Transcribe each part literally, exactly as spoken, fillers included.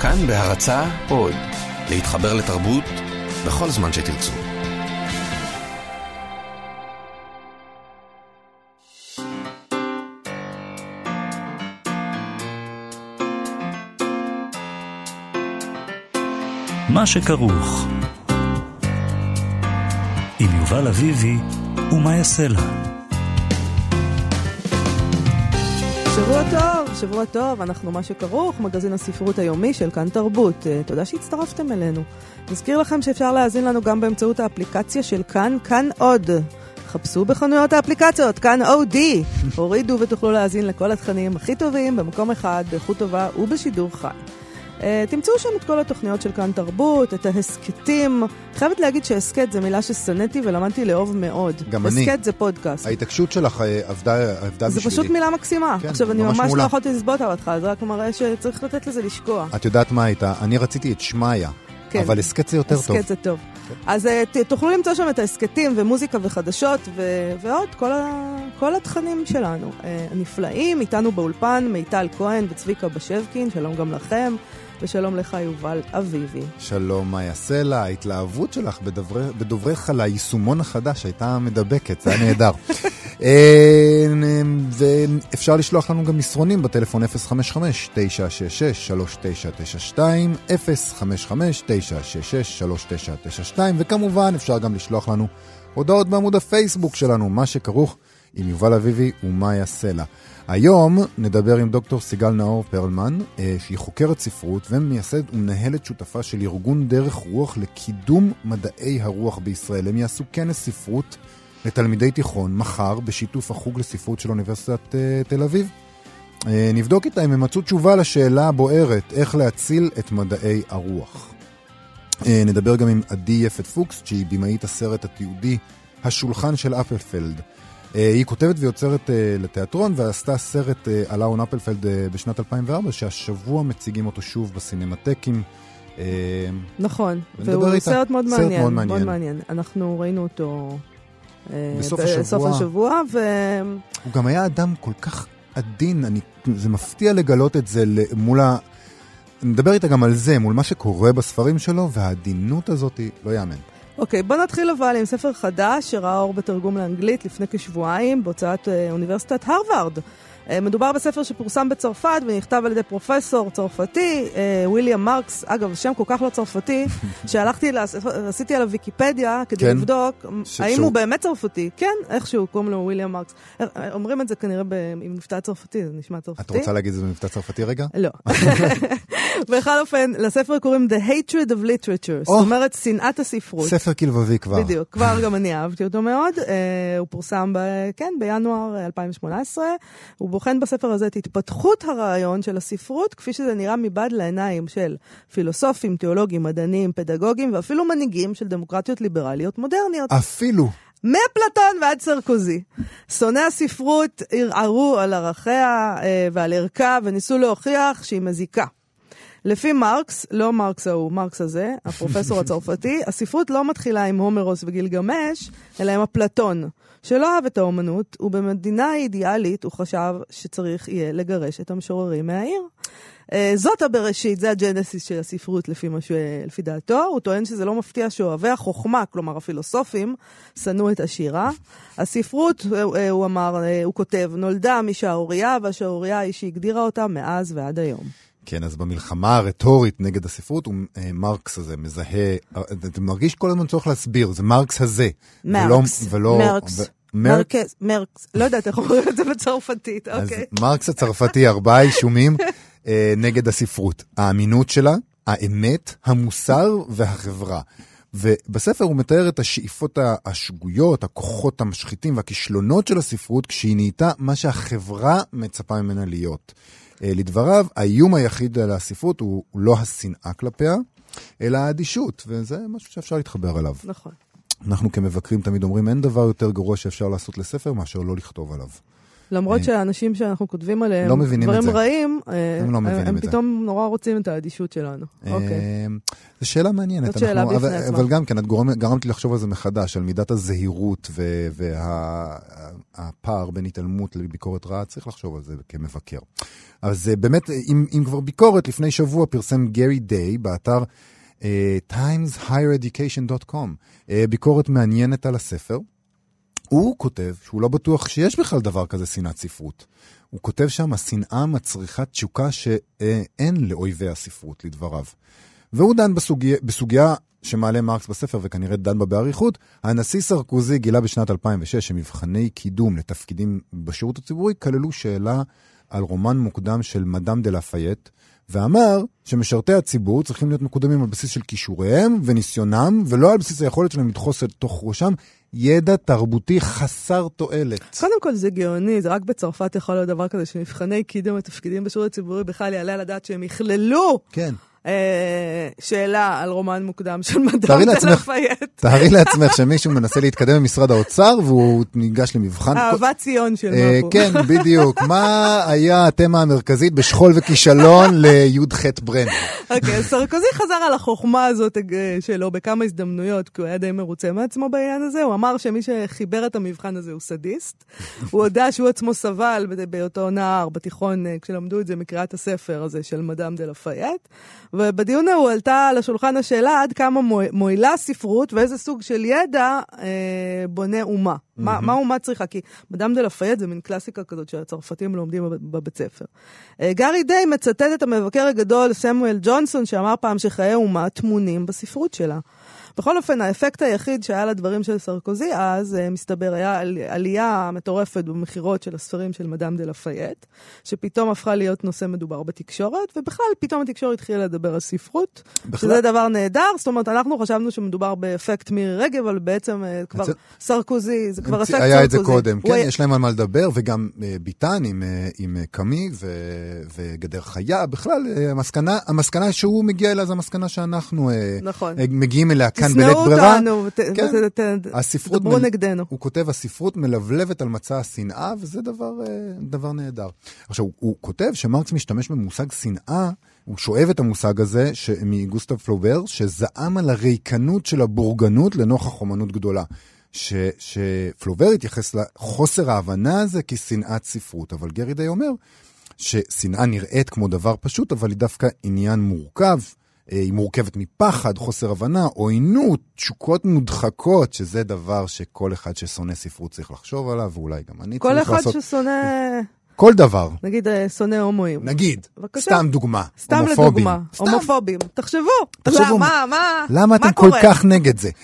כאן בהרצאה עוד, להתחבר לתרבות בכל זמן שתרצו. מה שכרוך עם יובל אביבי ומה יעשה לה. שבוע טוב, שבוע טוב, אנחנו מה שכרוך, מגזין הספרות היומי של כאן תרבות. תודה שהצטרפתם אלינו. נזכיר לכם שאפשר להאזין לנו גם באמצעות האפליקציה של כאן, כאן עוד. חפשו בחנויות האפליקציות, כאן אודי. הורידו ותוכלו להאזין לכל התכנים הכי טובים במקום אחד, באיכות טובה ובשידור חי. Uh, תמצאו שם את כל התוכניות של כאן תרבות, את ההסקטים. חייבת להגיד שהסקט זה מילה שסנתי ולמדתי לאהוב מאוד. גם אני. הסקט זה פודקאסט. ההתקשות שלך עבדה, עבדה זה בשבילי. פשוט מילה מקסימה. כן, עכשיו, אני ממש ממש מולה. לא יכולתי לסבוט עליך, זה רק מראה שצריך לתת לזה לשקוע. את יודעת מה הייתה? אני רציתי את שמיה, כן. אבל הסקט זה יותר טוב. הסקט זה טוב. כן. אז uh, תוכלו למצוא שם את ההסקטים ומוזיקה וחדשות ו- ועוד כל, ה- כל התכנים שלנו. Uh, הנפלאים, איתנו באולפן, מיטל כהן וצביקה בשבקין, שלום גם לכם. ושלום לך יובל אביבי. שלום, מה יעשה לה? ההתלהבות שלך בדוברי, בדובריך ליישומון החדש הייתה מדבקת, זה היה נהדר. ואפשר לשלוח לנו גם מסרונים בטלפון אפס חמש חמש תשע שש שש שלוש תשע תשע שתיים, אפס חמש חמש תשע שש שש שלוש תשע תשע שתיים, וכמובן אפשר גם לשלוח לנו הודעות בעמוד הפייסבוק שלנו, מה שכרוך עם יובל אביבי ומה יעשה לה. היום נדבר עם דוקטור סיגל נאור פרלמן, שהיא חוקרת ספרות ומייסד ומנהלת שותפה של ארגון דרך רוח לקידום מדעי הרוח בישראל. הם יעשו כנס ספרות לתלמידי תיכון מחר בשיתוף החוג לספרות של אוניברסיטת תל אביב. נבדוק איתה אם הם מצאו תשובה לשאלה הבוערת, איך להציל את מדעי הרוח. נדבר גם עם עדי יפת פוקס, שהיא בימאית הסרט התיעודי השולחן של אפלפלד. היא כותבת ויוצרת לתיאטרון, ועשתה סרט על אהרון אפלפלד בשנת אלפיים וארבע, שהשבוע מציגים אותו שוב בסינמטקים. נכון, והוא סרט מאוד מעניין, מאוד מעניין. אנחנו ראינו אותו בסוף השבוע. הוא גם היה אדם כל כך עדין, זה מפתיע לגלות את זה מול ה... נדבר איתה גם על זה, מול מה שקורה בספרים שלו, והעדינות הזאת לא יאמן. אוקיי, בוא נתחיל אבל עם ספר חדש שראה אור בתרגום לאנגלית לפני כשבועיים בהוצאת אוניברסיטת הרווארד. מדובר בספר שפורסם בצרפת ונכתב על ידי פרופסור צרפתי, וויליאם מרקס. אגב, שם כל כך לא צרפתי, שהלכתי, עשיתי עליו ויקיפדיה כדי כן. לבדוק ש- האם שהוא... הוא באמת צרפתי. כן, איכשהו, קוראים לו וויליאם מרקס. אומרים את זה כנראה עם מבטא צרפתי, זה נשמע צרפתי. את רוצה להגיד את זה במבטא צרפתי רגע? לא. בכל אופן, לספר קוראים The Hatred of Literature, זאת אומרת, שנאת הספרות. ספר כלבבי כבר. בדיוק, כבר גם אני אהבתי אותו מאוד. הוא פורסם, כן, בינואר אלפיים שמונה עשרה. הוא בוחן בספר הזה את התפתחות הרעיון של הספרות, כפי שזה נראה מבעד לעיניים של פילוסופים, תיאולוגים, מדענים, פדגוגים, ואפילו מנהיגים של דמוקרטיות ליברליות מודרניות. אפילו. מפלטון ועד סרקוזי. שונאי הספרות ערערו על ערכיה ועל ערכה, וניסו להוכיח שהיא מזיקה. לפי מרקס, לא מרקס ההוא, מרקס הזה, הפרופסור הצרפתי, הספרות לא מתחילה עם הומרוס וגילגמש, אלא עם אפלטון, שלא אהב את האומנות, ובמדינה האידיאלית הוא חשב שצריך יהיה לגרש את המשוררים מהעיר. זאת הבראשית, זה הג'נסיס של הספרות לפי, משהו, לפי דעתו. הוא טוען שזה לא מפתיע שאוהבי החוכמה, כלומר הפילוסופים, שנאו את השירה. הספרות, הוא אמר, הוא כותב, נולדה משערוריה, והשערוריה היא שהגדירה אותה מאז ועד היום. כן, אז במלחמה הרטורית נגד הספרות, הוא מרקס הזה מזהה, אתה מרגיש כל הזמן צורך להסביר, זה מרקס הזה. מרקס, ולא, מרקס, ו... מרקס, מרקס, לא יודעת איך אומרים את זה בצרפתית, אז אוקיי. מרקס הצרפתי, ארבעה אישומים אה, נגד הספרות. האמינות שלה, האמת, המוסר והחברה. ובספר הוא מתאר את השאיפות השגויות, הכוחות המשחיתים והכישלונות של הספרות, כשהיא נהייתה מה שהחברה מצפה ממנה להיות. לדבריו, האיום היחיד על הספרות הוא לא השנאה כלפיה, אלא האדישות, וזה משהו שאפשר להתחבר עליו. נכון. אנחנו כמבקרים תמיד אומרים, אין דבר יותר גרוע שאפשר לעשות לספר מאשר לא לכתוב עליו. למרות שהאנשים שאנחנו כותבים עליהם, לא מבינים את דברים זה. רעים, הם לא מבינים הם את זה. פתאום נורא רוצים את האדישות שלנו. אוקיי. זו שאלה מעניינת. זאת שאלה אנחנו- בפני אבל- עצמה. אבל גם כן, את גורמת- גרמת לי לחשוב על זה מחדש, על מידת הזהירות והפער בין התעלמות לביקורת רעה, צריך לחשוב על זה כמבקר. אז אה, באמת, אם אם כבר ביקורת, לפני שבוע פרסם גרי דיי באתר אה, טיימס הייר אדיוקיישן דוט קום, אה, ביקורת מעניינת על הספר. הוא כותב שהוא לא בטוח שיש בכלל דבר כזה שנאת ספרות. הוא כותב שם, השנאה מצריכה תשוקה שאין לאויבי הספרות, לדבריו. והוא דן בסוגיה, בסוגיה שמעלה מרקס בספר, וכנראה דן בה בעריכות. הנשיא סרקוזי גילה בשנת אלפיים ושש שמבחני קידום לתפקידים בשירות הציבורי כללו שאלה על רומן מוקדם של מדאם דה לפייט, ואמר שמשרתי הציבור צריכים להיות מקודמים על בסיס של כישוריהם וניסיונם, ולא על בסיס היכולת שלהם לדחוס לתוך ראשם ידע תרבותי חסר תועלת. קודם כל זה גאוני, זה רק בצרפת יכול להיות דבר כזה, שמבחני קידום התפקידים בשירות הציבורי בכלל יעלה לדעת שהם יכללו כן. אה, שאלה על רומן מוקדם של מדאם תארי דה לעצמך, לפייט. תארי לעצמך שמישהו מנסה להתקדם במשרד האוצר, והוא ניגש למבחן. אהבת ציון של אה, מפו. כן, בדיוק. מה היה התמה המרכזית בשכול וכישלון לי"ח ברן? אוקיי, סרקוזי חזר על החוכמה הזאת אה, שלו בכמה הזדמנויות, כי הוא היה די מרוצה מעצמו בעניין הזה. הוא אמר שמי שחיבר את המבחן הזה הוא סדיסט. הוא הודע שהוא עצמו סבל באותו נער בתיכון, אה, כשלמדו את זה מקריאת הספר הזה של מדאם דה לפייט. ובדיון הוא עלתה על השולחן השאלה עד כמה מועילה ספרות ואיזה סוג של ידע אה, בונה אומה. Mm-hmm. מה, מה אומה צריכה? כי מדאם דה לפייט זה מין קלאסיקה כזאת שהצרפתים לומדים בבית ספר. אה, גרי דיי מצטט את המבקר הגדול סמואל ג'ונסון שאמר פעם שחיי אומה טמונים בספרות שלה. בכל אופן, האפקט היחיד שהיה לדברים של סרקוזי אז, מסתבר, היה עלייה מטורפת במחירות של הספרים של מדאם דה לפייט, שפתאום הפכה להיות נושא מדובר בתקשורת, ובכלל פתאום התקשורת התחילה לדבר על ספרות, בכלל... שזה דבר נהדר. זאת אומרת, אנחנו חשבנו שמדובר באפקט מירי רגב, אבל בעצם כבר זה... סרקוזי, זה כבר אפקט סרקוזי. היה את זה קודם, כן, היה... יש להם על מה לדבר, וגם ביטן עם, עם קמי ו... וגדר חיה, בכלל, המסקנה, המסקנה שהוא מגיע אליה, זה המסקנה שאנחנו נכון. מגיעים אליה. תסנעו אותנו, תדברו נגדנו. הוא כותב, הספרות מלבלבת על מצע השנאה, וזה דבר נהדר. עכשיו, הוא כותב שמרקס משתמש במושג שנאה, הוא שואב את המושג הזה מגוסטב פלובר, שזעם על הריקנות של הבורגנות לנוכח אומנות גדולה. שפלובר התייחס לחוסר ההבנה הזה כשנאת ספרות, אבל גרי דיי אומר ששנאה נראית כמו דבר פשוט, אבל היא דווקא עניין מורכב, היא מורכבת מפחד, חוסר הבנה, עוינות, תשוקות מודחקות, שזה דבר שכל אחד ששונא ספרות צריך לחשוב עליו, ואולי גם אני צריך לעשות... כל אחד ששונא... כל דבר. נגיד, שונא הומואים. נגיד. בבקשה. סתם דוגמה. סתם הומופובים. לדוגמה. סתם. הומופובים. תחשבו. תחשבו. מה, מה, למה אתם כל כך נגד זה?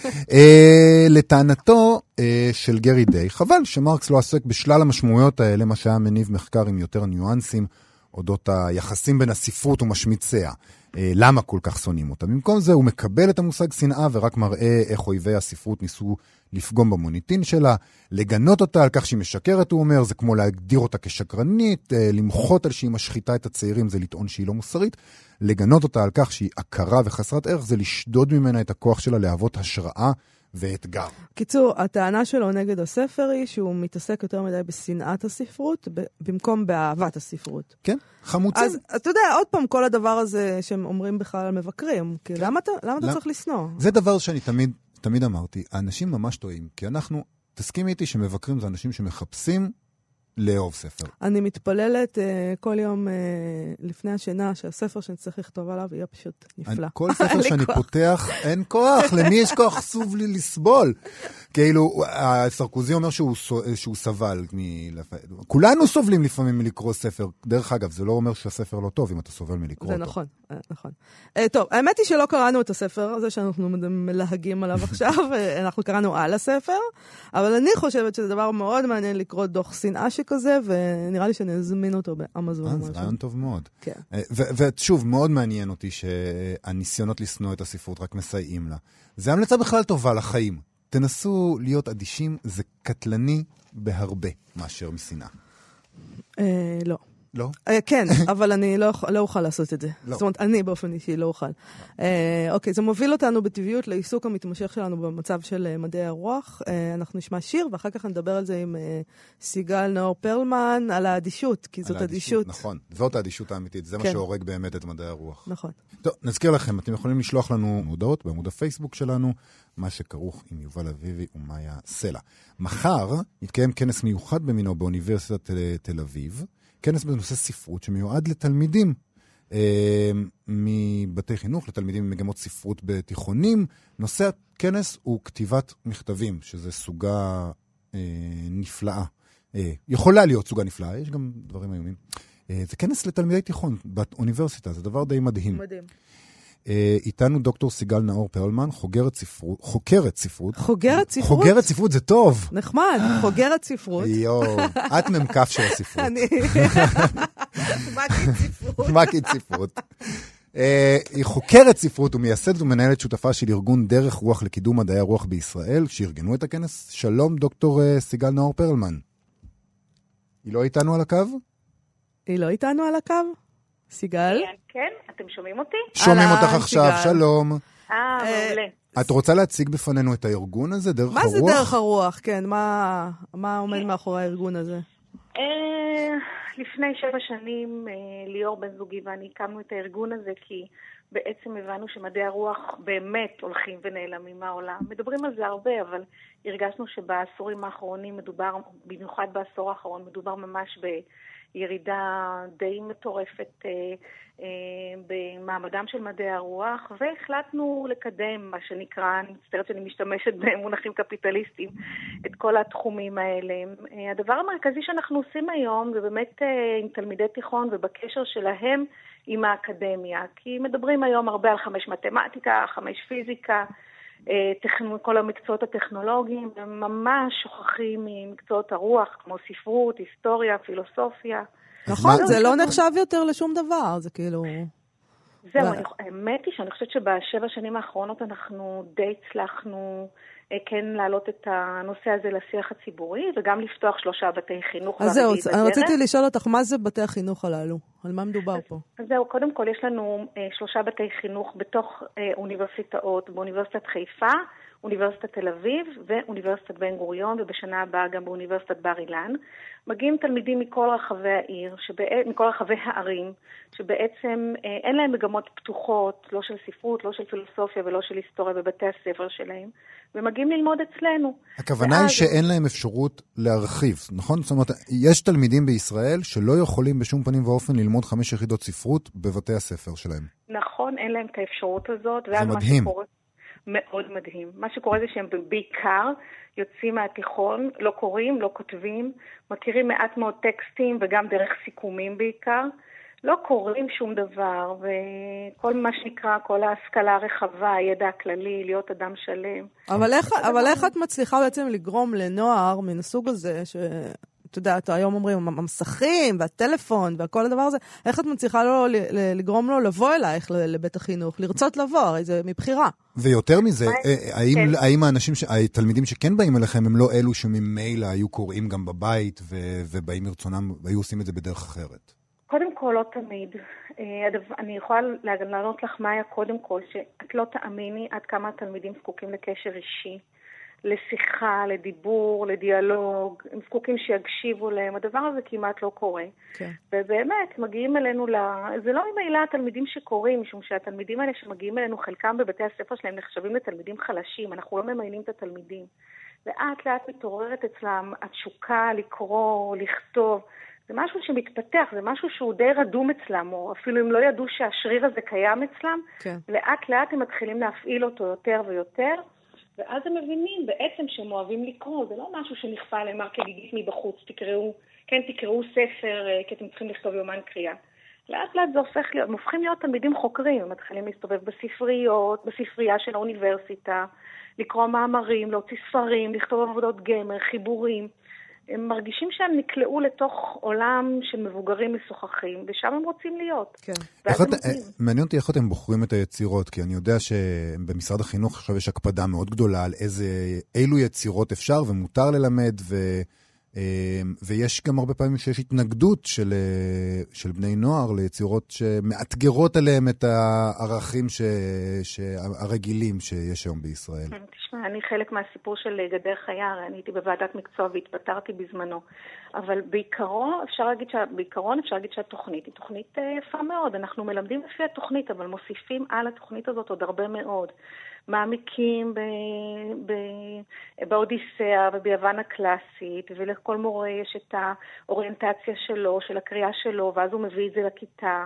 אה, לטענתו אה, של גרי דיי, חבל שמרקס לא עסק בשלל המשמעויות האלה, מה שהיה מניב מחקר עם יותר ניואנסים, אודות היחסים בין הספרות ומשמיציה. למה כל כך שונאים אותה? במקום זה הוא מקבל את המושג שנאה ורק מראה איך אויבי הספרות ניסו לפגום במוניטין שלה, לגנות אותה על כך שהיא משקרת, הוא אומר, זה כמו להגדיר אותה כשקרנית, למחות על שהיא משחיתה את הצעירים, זה לטעון שהיא לא מוסרית, לגנות אותה על כך שהיא עקרה וחסרת ערך, זה לשדוד ממנה את הכוח שלה להוות השראה ואתגר. קיצור, הטענה שלו נגד הספר היא שהוא מתעסק יותר מדי בשנאת הספרות, במקום באהבת הספרות. כן, חמוצים. אז אתה יודע, עוד פעם, כל הדבר הזה שהם אומרים בכלל על מבקרים, כי למה אתה, למה אתה צריך לשנוא? זה דבר שאני תמיד, תמיד אמרתי, האנשים ממש טועים, כי אנחנו, תסכים איתי שמבקרים זה אנשים שמחפשים לאהוב ספר. אני מתפללת uh, כל יום uh, לפני השינה שהספר שאני צריך לכתוב עליו יהיה פשוט נפלא. אני, כל ספר שאני כוח. פותח, אין כוח. למי יש כוח סוב לי לסבול? כאילו, סרקוזי אומר שהוא, שהוא סבל. מ... כולנו סובלים לפעמים מלקרוא ספר. דרך אגב, זה לא אומר שהספר לא טוב אם אתה סובל מלקרוא זה אותו. נכון, נכון. Uh, טוב, האמת היא שלא קראנו את הספר הזה שאנחנו מלהגים עליו עכשיו. אנחנו קראנו על הספר, אבל אני חושבת שזה דבר מאוד מעניין לקרוא דוח שנאה שכזה, ונראה לי שנזמין אותו באמזון. זה רעיון טוב מאוד. כן. ושוב, מאוד מעניין אותי שהניסיונות לשנוא את הספרות רק מסייעים לה. זה המלצה בכלל טובה לחיים. תנסו להיות אדישים, זה קטלני בהרבה מאשר משנאה. לא. לא? כן, אבל אני לא אוכל לעשות את זה. לא. זאת אומרת, אני באופן אישי לא אוכל. אוקיי, זה מוביל אותנו בטבעיות לעיסוק המתמשך שלנו במצב של מדעי הרוח. אנחנו נשמע שיר, ואחר כך נדבר על זה עם סיגל נאור פרלמן, על האדישות, כי זאת אדישות. נכון, זאת האדישות האמיתית, זה מה שהורג באמת את מדעי הרוח. נכון. טוב, נזכיר לכם, אתם יכולים לשלוח לנו הודעות בעמוד הפייסבוק שלנו, מה שכרוך עם יובל אביבי ומאיה סלע. מחר יתקיים כנס מיוחד במינו באוניברסיטת תל אביב, כנס בנושא ספרות שמיועד לתלמידים אה, מבתי חינוך, לתלמידים ממגמות ספרות בתיכונים. נושא הכנס הוא כתיבת מכתבים, שזה סוגה אה, נפלאה. אה, יכולה להיות סוגה נפלאה, יש גם דברים איומים. אה, זה כנס לתלמידי תיכון באוניברסיטה, זה דבר די מדהים. מדהים. איתנו דוקטור סיגל נאור פרלמן, חוקרת ספרות, חוקרת ספרות. חוקרת ספרות? חוקרת ספרות זה טוב. נחמד, חוקרת ספרות. יואו, את ממקף של הספרות. אני... מקית ספרות. מקית ספרות. היא חוקרת ספרות ומייסדת ומנהלת שותפה של ארגון דרך רוח לקידום מדעי הרוח בישראל, שארגנו את הכנס. שלום דוקטור סיגל נאור פרלמן. היא לא איתנו על הקו? היא לא איתנו על הקו? סיגל? כן, אתם שומעים אותי? שומעים אותך עכשיו, שלום. אה, מעולה. את רוצה להציג בפנינו את הארגון הזה, דרך הרוח? מה זה דרך הרוח? כן, מה עומד מאחורי הארגון הזה? לפני שבע שנים ליאור בן זוגי ואני הקמנו את הארגון הזה, כי בעצם הבנו שמדעי הרוח באמת הולכים ונעלמים מהעולם. מדברים על זה הרבה, אבל הרגשנו שבעשורים האחרונים מדובר, במיוחד בעשור האחרון, מדובר ממש ב... ירידה די מטורפת אה, אה, במעמדם של מדעי הרוח, והחלטנו לקדם מה שנקרא, אני מצטערת שאני משתמשת במונחים קפיטליסטיים, את כל התחומים האלה. אה, הדבר המרכזי שאנחנו עושים היום זה באמת אה, עם תלמידי תיכון ובקשר שלהם עם האקדמיה, כי מדברים היום הרבה על חמש מתמטיקה, חמש פיזיקה, כל המקצועות הטכנולוגיים, הם ממש שוכחים ממקצועות הרוח, כמו ספרות, היסטוריה, פילוסופיה. נכון, זה לא נחשב יותר לשום דבר, זה כאילו... זהו, האמת היא שאני חושבת שבשבע שנים האחרונות אנחנו די הצלחנו כן להעלות את הנושא הזה לשיח הציבורי, וגם לפתוח שלושה בתי חינוך. אז זהו, אני רציתי לשאול אותך, מה זה בתי החינוך הללו? על מה מדובר פה? אז זהו, קודם כל יש לנו שלושה בתי חינוך בתוך אוניברסיטאות, באוניברסיטת חיפה, אוניברסיטת תל אביב ואוניברסיטת בן גוריון, ובשנה הבאה גם באוניברסיטת בר אילן. מגיעים תלמידים מכל רחבי העיר, שבא... מכל רחבי הערים, שבעצם אין להם מגמות פתוחות, לא של ספרות, לא של פילוסופיה ולא של היסטוריה בבתי הספר שלהם, ומגיעים ללמוד אצלנו. הכוונה ואז... היא שאין להם אפשרות להרחיב, נכון? זאת אומרת, יש תלמידים בישראל שלא יכולים בשום פנים ואופן ללמוד חמש יחידות ספרות בבתי הספר שלהם. נכון, אין להם את האפשרות הזאת. זה מדהים. שקורה... מאוד מדהים. מה שקורה זה שהם בעיקר יוצאים מהתיכון, לא קוראים, לא כותבים, מכירים מעט מאוד טקסטים וגם דרך סיכומים בעיקר, לא קוראים שום דבר, וכל מה שנקרא, כל ההשכלה הרחבה, הידע הכללי, להיות אדם שלם. אבל איך, אבל איך את מצליחה בעצם לגרום לנוער מן הסוג הזה, ש... אתה יודע, אתה היום אומרים, המסכים והטלפון וכל הדבר הזה, איך את מצליחה לו, לגרום לו לבוא אלייך לבית החינוך, לרצות לבוא, הרי זה מבחירה. ויותר מזה, האם, האם האנשים, התלמידים שכן באים אליכם, הם לא אלו שממילא היו קוראים גם בבית, ובאים מרצונם, והיו עושים את זה בדרך אחרת? קודם כל, לא תמיד. אני יכולה לענות לך מה היה קודם כל, שאת לא תאמיני עד כמה התלמידים זקוקים לקשר אישי. לשיחה, לדיבור, לדיאלוג, הם זקוקים שיגשיבו להם, הדבר הזה כמעט לא קורה. כן. ובאמת, מגיעים אלינו, ל... זה לא ממילא התלמידים שקוראים, משום שהתלמידים האלה שמגיעים אלינו, חלקם בבתי הספר שלהם נחשבים לתלמידים חלשים, אנחנו לא ממיינים את התלמידים. לאט לאט מתעוררת אצלם התשוקה לקרוא, לכתוב, זה משהו שמתפתח, זה משהו שהוא די רדום אצלם, או אפילו אם לא ידעו שהשריר הזה קיים אצלם, כן. לאט לאט הם מתחילים להפעיל אותו יותר ויותר, ואז הם מבינים בעצם שהם אוהבים לקרוא, זה לא משהו שנכפה עליהם כגיגית מבחוץ, תקראו, כן, תקראו ספר, כי אתם צריכים לכתוב יומן קריאה. לאט לאט זה הופך להיות, הם הופכים להיות תלמידים חוקרים, הם מתחילים להסתובב בספריות, בספרייה של האוניברסיטה, לקרוא מאמרים, להוציא ספרים, לכתוב עבודות גמר, חיבורים. הם מרגישים שהם נקלעו לתוך עולם של מבוגרים משוחחים, ושם הם רוצים להיות. כן. מעניין אותי איך אתם בוחרים את היצירות, כי אני יודע שבמשרד החינוך עכשיו יש הקפדה מאוד גדולה על איזה, אילו יצירות אפשר ומותר ללמד, ויש גם הרבה פעמים שיש התנגדות של, של בני נוער ליצירות שמאתגרות עליהם את הערכים ש, הרגילים שיש היום בישראל. תשמע, אני חלק מהסיפור של גדר חייר, אני הייתי בוועדת מקצוע והתפטרתי בזמנו, אבל בעיקרון אפשר להגיד, שה, בעיקרון אפשר להגיד שהתוכנית היא תוכנית יפה מאוד, אנחנו מלמדים לפי התוכנית, אבל מוסיפים על התוכנית הזאת עוד הרבה מאוד. מעמיקים ב, ב, באודיסאה וביוון הקלאסית, ולכל מורה יש את האוריינטציה שלו, של הקריאה שלו, ואז הוא מביא את זה לכיתה.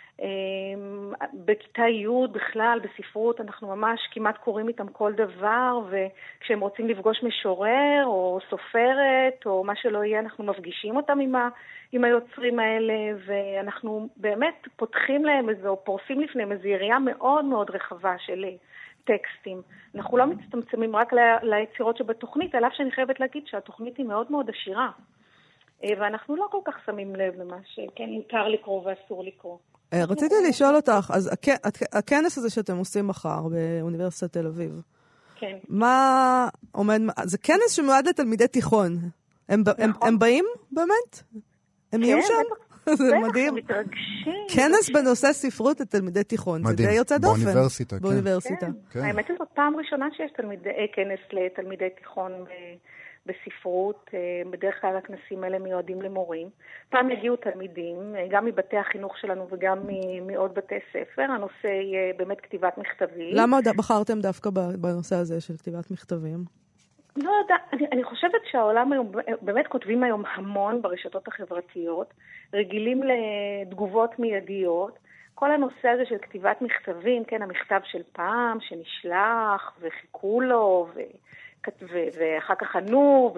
בכיתה י' בכלל, בספרות, אנחנו ממש כמעט קוראים איתם כל דבר, וכשהם רוצים לפגוש משורר או סופרת או מה שלא יהיה, אנחנו מפגישים אותם עם, ה, עם היוצרים האלה, ואנחנו באמת פותחים להם איזו, או פורסים לפניהם איזו יריעה מאוד מאוד רחבה של טקסטים. אנחנו לא מצטמצמים רק ליצירות שבתוכנית, על אף שאני חייבת להגיד שהתוכנית היא מאוד מאוד עשירה, ואנחנו לא כל כך שמים לב למה שכן מותר לקרוא ואסור לקרוא. רציתי לשאול אותך, אז הכנס הזה שאתם עושים מחר באוניברסיטת תל אביב, כן. מה עומד, זה כנס שמיועד לתלמידי תיכון. הם באים באמת? הם יהיו שם? זה מדהים. כנס בנושא ספרות לתלמידי תיכון. זה די יוצא דופן. באוניברסיטה. באוניברסיטה. האמת זאת פעם ראשונה שיש כנס לתלמידי תיכון בספרות, בדרך כלל הכנסים האלה מיועדים למורים. פעם הגיעו תלמידים, גם מבתי החינוך שלנו וגם מעוד בתי ספר. הנושא יהיה באמת כתיבת מכתבים. למה בחרתם דווקא בנושא הזה של כתיבת מכתבים? לא יודע, אני, אני חושבת שהעולם היום, באמת כותבים היום המון ברשתות החברתיות, רגילים לתגובות מיידיות. כל הנושא הזה של כתיבת מכתבים, כן, המכתב של פעם שנשלח וחיכו לו ו... ואחר כך ענו,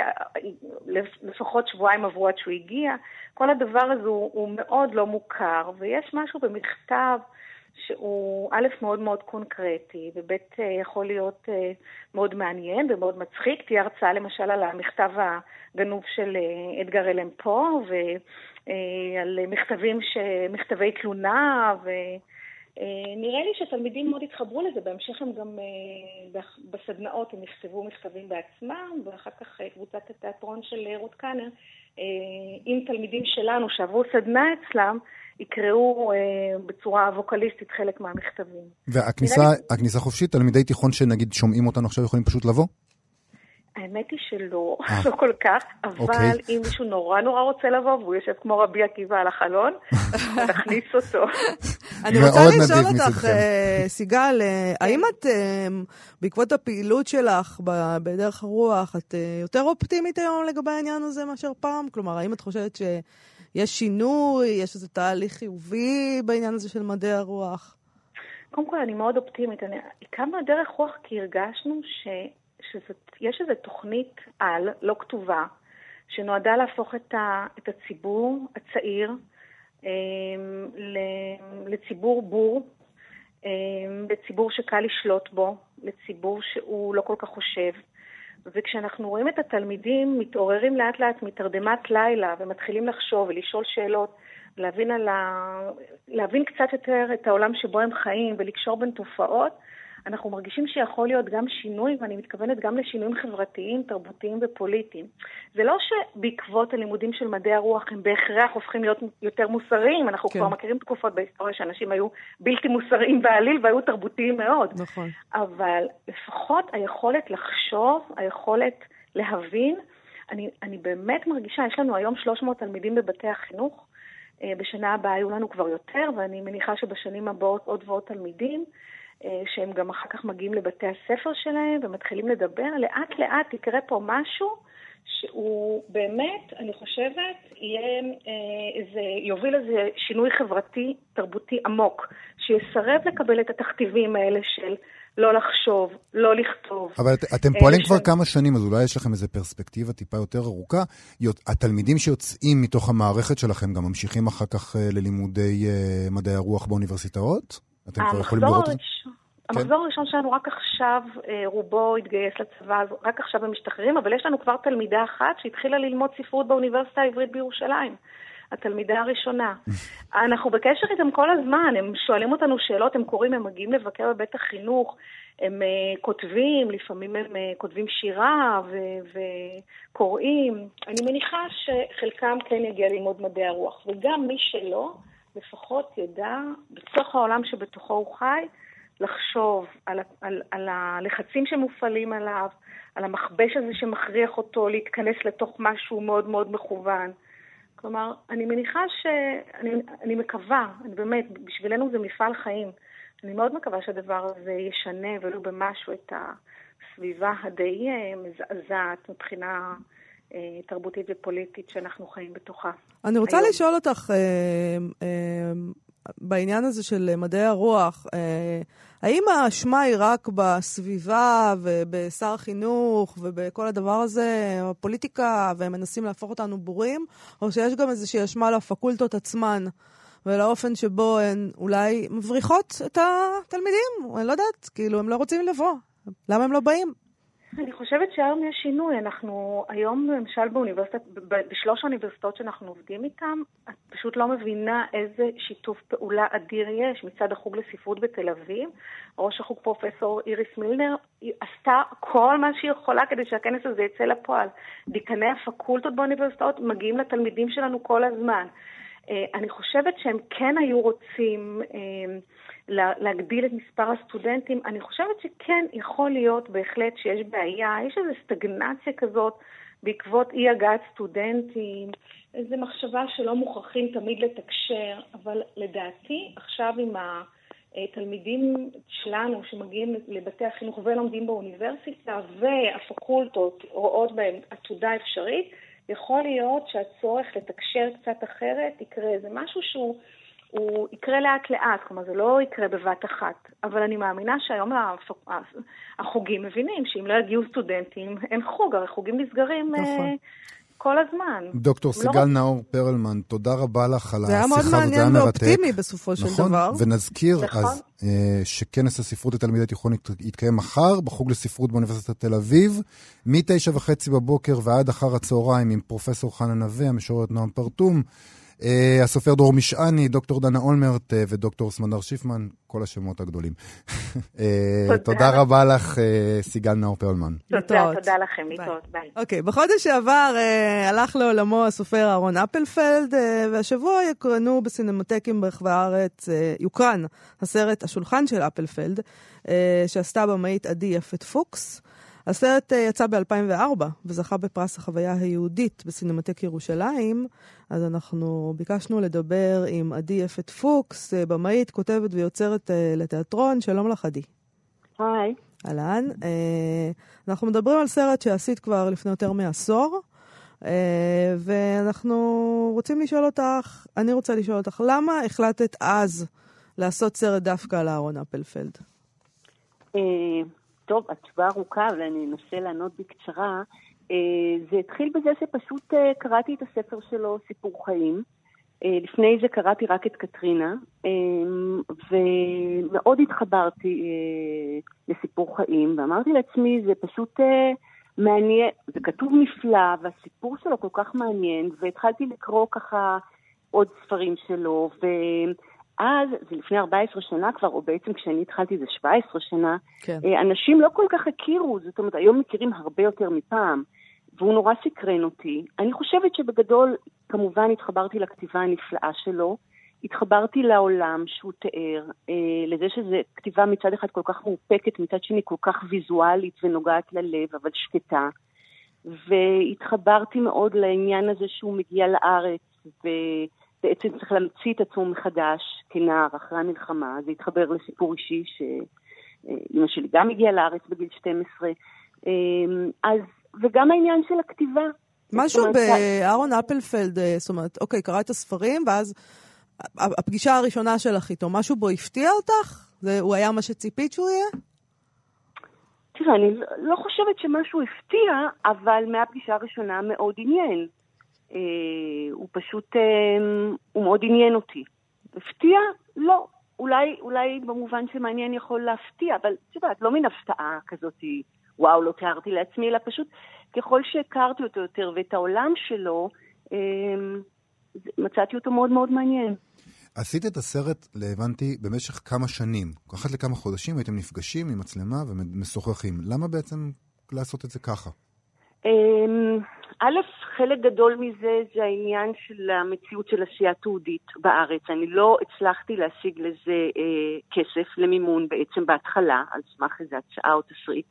ולפחות שבועיים עברו עד שהוא הגיע. כל הדבר הזה הוא, הוא מאוד לא מוכר, ויש משהו במכתב שהוא א' מאוד מאוד קונקרטי, וב' יכול להיות מאוד מעניין ומאוד מצחיק. תהיה הרצאה למשל על המכתב הגנוב של אדגר אלן פה, ועל מכתבים, ש... מכתבי תלונה, ו... נראה לי שתלמידים מאוד התחברו לזה, בהמשך הם גם בסדנאות הם יכתבו מכתבים בעצמם, ואחר כך קבוצת התיאטרון של רות קאנר, עם תלמידים שלנו שעברו סדנה אצלם, יקראו בצורה ווקליסטית חלק מהמכתבים. והכניסה חופשית, תלמידי תיכון שנגיד שומעים אותנו עכשיו יכולים פשוט לבוא? האמת היא שלא, לא כל כך, אבל אם מישהו נורא נורא רוצה לבוא, והוא יושב כמו רבי עקיבא על החלון, נכניס אותו. אני רוצה לשאול אותך, סיגל, האם את, בעקבות הפעילות שלך בדרך הרוח, את יותר אופטימית היום לגבי העניין הזה מאשר פעם? כלומר, האם את חושבת שיש שינוי, יש איזה תהליך חיובי בעניין הזה של מדעי הרוח? קודם כל, אני מאוד אופטימית. הקמנו דרך רוח כי הרגשנו ש... שיש איזו תוכנית על, לא כתובה, שנועדה להפוך את, ה, את הציבור הצעיר אה, לציבור בור, אה, לציבור שקל לשלוט בו, לציבור שהוא לא כל כך חושב. וכשאנחנו רואים את התלמידים מתעוררים לאט לאט מתרדמת לילה ומתחילים לחשוב ולשאול שאלות, להבין, על ה... להבין קצת יותר את העולם שבו הם חיים ולקשור בין תופעות, אנחנו מרגישים שיכול להיות גם שינוי, ואני מתכוונת גם לשינויים חברתיים, תרבותיים ופוליטיים. זה לא שבעקבות הלימודים של מדעי הרוח הם בהכרח הופכים להיות יותר מוסריים, אנחנו כן. כבר מכירים תקופות בהיסטוריה שאנשים היו בלתי מוסריים בעליל והיו תרבותיים מאוד. נכון. אבל לפחות היכולת לחשוב, היכולת להבין, אני, אני באמת מרגישה, יש לנו היום שלוש מאות תלמידים בבתי החינוך, בשנה הבאה היו לנו כבר יותר, ואני מניחה שבשנים הבאות עוד ועוד תלמידים, שהם גם אחר כך מגיעים לבתי הספר שלהם ומתחילים לדבר, לאט לאט יקרה פה משהו שהוא באמת, אני חושבת, יהיה איזה, יוביל איזה שינוי חברתי, תרבותי עמוק, שיסרב לקבל את התכתיבים האלה של לא לחשוב, לא לכתוב. אבל את, אתם פועלים כבר ש... כמה שנים, אז אולי יש לכם איזו פרספקטיבה טיפה יותר ארוכה. התלמידים שיוצאים מתוך המערכת שלכם גם ממשיכים אחר כך ללימודי מדעי הרוח באוניברסיטאות? אתם כבר יכולים לראות... המחזור הראשון שלנו רק עכשיו, רובו התגייס לצבא, רק עכשיו הם משתחררים, אבל יש לנו כבר תלמידה אחת שהתחילה ללמוד ספרות באוניברסיטה העברית בירושלים. התלמידה הראשונה. אנחנו בקשר איתם כל הזמן, הם שואלים אותנו שאלות, הם קוראים, הם מגיעים לבקר בבית החינוך, הם uh, כותבים, לפעמים הם uh, כותבים שירה ו- וקוראים. אני מניחה שחלקם כן יגיע ללמוד מדעי הרוח, וגם מי שלא, לפחות ידע, בתוך העולם שבתוכו הוא חי, לחשוב על, על, על הלחצים שמופעלים עליו, על המחבש הזה שמכריח אותו להתכנס לתוך משהו מאוד מאוד מכוון. כלומר, אני מניחה ש... אני, אני מקווה, אני באמת, בשבילנו זה מפעל חיים. אני מאוד מקווה שהדבר הזה ישנה ולא במשהו את הסביבה הדי מזעזעת מבחינה אה, תרבותית ופוליטית שאנחנו חיים בתוכה. אני רוצה היום. לשאול אותך, אה, אה, בעניין הזה של מדעי הרוח, אה, האם האשמה היא רק בסביבה ובשר החינוך ובכל הדבר הזה, הפוליטיקה, והם מנסים להפוך אותנו בורים, או שיש גם איזושהי אשמה לפקולטות עצמן, ולאופן שבו הן אולי מבריחות את התלמידים? אני לא יודעת, כאילו הם לא רוצים לבוא. למה הם לא באים? אני חושבת שהיום יש שינוי. אנחנו היום למשל באוניברסיטת, בשלוש האוניברסיטאות שאנחנו עובדים איתם, את פשוט לא מבינה איזה שיתוף פעולה אדיר יש מצד החוג לספרות בתל אביב. ראש החוג פרופסור איריס מילנר עשתה כל מה שהיא יכולה כדי שהכנס הזה יצא לפועל. דיקני הפקולטות באוניברסיטאות מגיעים לתלמידים שלנו כל הזמן. אני חושבת שהם כן היו רוצים להגדיל את מספר הסטודנטים. אני חושבת שכן יכול להיות בהחלט שיש בעיה, יש איזו סטגנציה כזאת בעקבות אי הגעת סטודנטים, איזו מחשבה שלא מוכרחים תמיד לתקשר, אבל לדעתי עכשיו עם התלמידים שלנו שמגיעים לבתי החינוך ולומדים באוניברסיטה והפקולטות רואות בהם עתודה אפשרית, יכול להיות שהצורך לתקשר קצת אחרת יקרה. זה משהו שהוא הוא יקרה לאט לאט, כלומר זה לא יקרה בבת אחת. אבל אני מאמינה שהיום החוגים מבינים שאם לא יגיעו סטודנטים, אין חוג, הרי חוגים נסגרים נכון. כל הזמן. דוקטור סיגל לא... נאור פרלמן, תודה רבה לך על השיחה. זה היה מאוד מעניין ואופטימי בסופו של נכון, דבר. ונזכיר נכון. אז אה, שכנס הספרות לתלמידי תיכון יתקיים מחר בחוג לספרות באוניברסיטת תל אביב, מתשע וחצי בבוקר ועד אחר הצהריים עם פרופסור חנה נווה, המשוררת נועם פרטום, Uh, הסופר דרור משעני, דוקטור דנה אולמרט uh, ודוקטור סמדר שיפמן, כל השמות הגדולים. uh, תודה רבה לך, uh, סיגל נאור פרלמן. תודה, תודה לכם, להתראות, ביי. אוקיי, בחודש שעבר uh, הלך לעולמו הסופר אהרון אפלפלד, uh, והשבוע יקרנו בסינמטקים ברחבי הארץ, uh, יוקרן הסרט השולחן של אפלפלד, uh, שעשתה במאית עדי יפת פוקס. הסרט יצא ב-אלפיים וארבע וזכה בפרס החוויה היהודית בסינמטק ירושלים, אז אנחנו ביקשנו לדבר עם עדי יפת פוקס, במאית, כותבת ויוצרת לתיאטרון. שלום לך עדי. היי. אהלן. אנחנו מדברים על סרט שעשית כבר לפני יותר מעשור, ואנחנו רוצים לשאול אותך, אני רוצה לשאול אותך, למה החלטת אז לעשות סרט דווקא על אהרון אפלפלד? טוב, התשובה ארוכה, אבל אני אנסה לענות בקצרה. זה התחיל בזה שפשוט קראתי את הספר שלו, סיפור חיים. לפני זה קראתי רק את קטרינה, ומאוד התחברתי לסיפור חיים, ואמרתי לעצמי, זה פשוט מעניין, זה כתוב נפלא, והסיפור שלו כל כך מעניין, והתחלתי לקרוא ככה עוד ספרים שלו, ו... אז, זה לפני ארבע עשרה שנה כבר, או בעצם כשאני התחלתי זה שבע עשרה שנה, כן. אנשים לא כל כך הכירו, זאת אומרת, היום מכירים הרבה יותר מפעם, והוא נורא סקרן אותי. אני חושבת שבגדול, כמובן התחברתי לכתיבה הנפלאה שלו, התחברתי לעולם שהוא תיאר, אה, לזה שזה כתיבה מצד אחד כל כך מאופקת, מצד שני כל כך ויזואלית ונוגעת ללב, אבל שקטה, והתחברתי מאוד לעניין הזה שהוא מגיע לארץ, ו... בעצם צריך להמציא את עצמו מחדש כנער אחרי המלחמה. זה התחבר לסיפור אישי שאמא שלי גם הגיעה לארץ בגיל שתים עשרה. אז, וגם העניין של הכתיבה. משהו באהרון אפלפלד, זאת אומרת, אוקיי, קרא את הספרים, ואז הפגישה הראשונה שלך איתו, משהו בו הפתיע אותך? זה, הוא היה מה שציפית שהוא יהיה? תראה, אני לא חושבת שמשהו הפתיע, אבל מהפגישה הראשונה מאוד עניין. Uh, הוא פשוט, uh, הוא מאוד עניין אותי. הפתיע? לא. אולי, אולי במובן שמעניין יכול להפתיע, אבל שבאת, לא מן הפתעה כזאת, וואו, לא תיארתי לעצמי, אלא פשוט ככל שהכרתי אותו יותר ואת העולם שלו, uh, מצאתי אותו מאוד מאוד מעניין. עשית את הסרט, להבנתי, במשך כמה שנים. אחת לכמה חודשים הייתם נפגשים עם מצלמה ומשוחחים. למה בעצם לעשות את זה ככה? א', חלק גדול מזה זה העניין של המציאות של עשייה תעודית בארץ. אני לא הצלחתי להשיג לזה אה, כסף למימון בעצם בהתחלה, על סמך איזו הצעה או תסריט.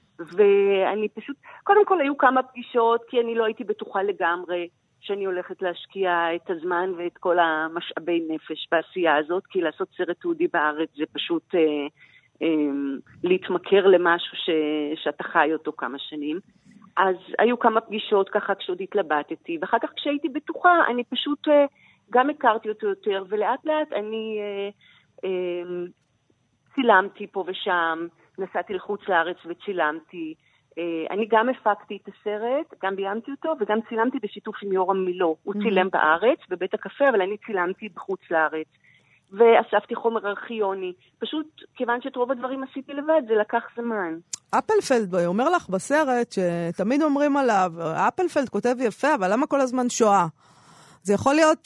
ואני פשוט, קודם כל היו כמה פגישות, כי אני לא הייתי בטוחה לגמרי שאני הולכת להשקיע את הזמן ואת כל המשאבי נפש בעשייה הזאת, כי לעשות סרט תעודי בארץ זה פשוט אה, אה, להתמכר למשהו ש, שאתה חי אותו כמה שנים. אז היו כמה פגישות ככה כשעוד התלבטתי, ואחר כך כשהייתי בטוחה, אני פשוט אה, גם הכרתי אותו יותר, ולאט לאט אני אה, אה, צילמתי פה ושם, נסעתי לחוץ לארץ וצילמתי. אני גם הפקתי את הסרט, גם ביימתי אותו, וגם צילמתי בשיתוף עם יורם מילו. הוא צילם בארץ, בבית הקפה, אבל אני צילמתי בחוץ לארץ. ואספתי חומר ארכיוני. פשוט, כיוון שאת רוב הדברים עשיתי לבד, זה לקח זמן. אפלפלד אומר לך בסרט, שתמיד אומרים עליו, אפלפלד כותב יפה, אבל למה כל הזמן שואה? זה יכול להיות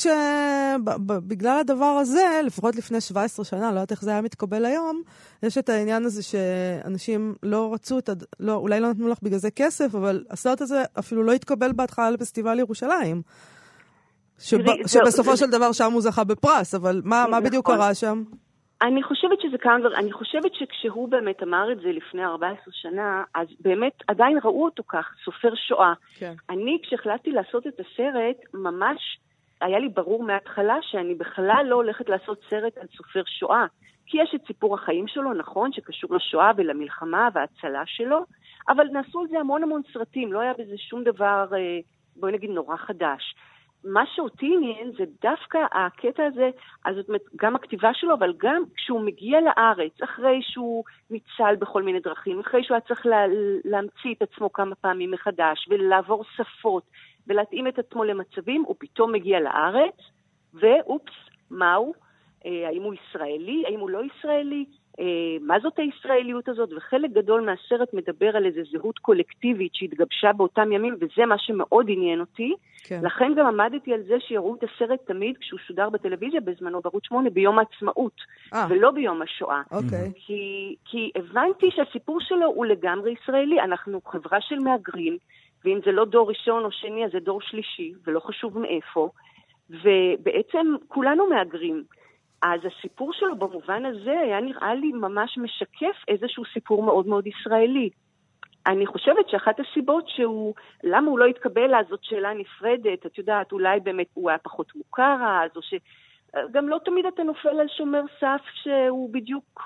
שבגלל הדבר הזה, לפחות לפני שבע עשרה שנה, לא יודעת איך זה היה מתקבל היום, יש את העניין הזה שאנשים לא רצו, את, לא, אולי לא נתנו לך בגלל זה כסף, אבל הסרט הזה אפילו לא התקבל בהתחלה לפסטיבל ירושלים. שב, שבסופו של דבר שם הוא זכה בפרס, אבל מה, מה בדיוק קרה שם? אני חושבת שזה כאן, אני חושבת שכשהוא באמת אמר את זה לפני ארבע עשרה שנה, אז באמת עדיין ראו אותו כך, סופר שואה. כן. אני כשהחלטתי לעשות את הסרט, ממש היה לי ברור מההתחלה שאני בכלל לא הולכת לעשות סרט על סופר שואה. כי יש את סיפור החיים שלו, נכון, שקשור לשואה ולמלחמה וההצלה שלו, אבל נעשו על זה המון המון סרטים, לא היה בזה שום דבר, בואי נגיד, נורא חדש. מה שאותי עניין זה דווקא הקטע הזה, אז זאת אומרת, גם הכתיבה שלו, אבל גם כשהוא מגיע לארץ, אחרי שהוא ניצל בכל מיני דרכים, אחרי שהוא היה צריך לה, להמציא את עצמו כמה פעמים מחדש, ולעבור שפות, ולהתאים את עצמו למצבים, הוא פתאום מגיע לארץ, ואופס, מהו? האם הוא ישראלי? האם הוא לא ישראלי? מה זאת הישראליות הזאת? וחלק גדול מהסרט מדבר על איזו זהות קולקטיבית שהתגבשה באותם ימים, וזה מה שמאוד עניין אותי. כן. לכן גם עמדתי על זה שיראו את הסרט תמיד כשהוא שודר בטלוויזיה בזמנו בערוץ שמונה ביום העצמאות, 아. ולא ביום השואה. Okay. כי, כי הבנתי שהסיפור שלו הוא לגמרי ישראלי. אנחנו חברה של מאגרים, ואם זה לא דור ראשון או שני, אז זה דור שלישי, ולא חשוב מאיפה. ובעצם כולנו מאגרים. אז הסיפור שלו במובן הזה היה נראה לי ממש משקף איזשהו סיפור מאוד מאוד ישראלי. אני חושבת שאחת הסיבות שהוא, למה הוא לא התקבל אז, זאת שאלה נפרדת, את יודעת, אולי באמת הוא היה פחות מוכר אז, או שגם לא תמיד אתה נופל על שומר סף שהוא בדיוק...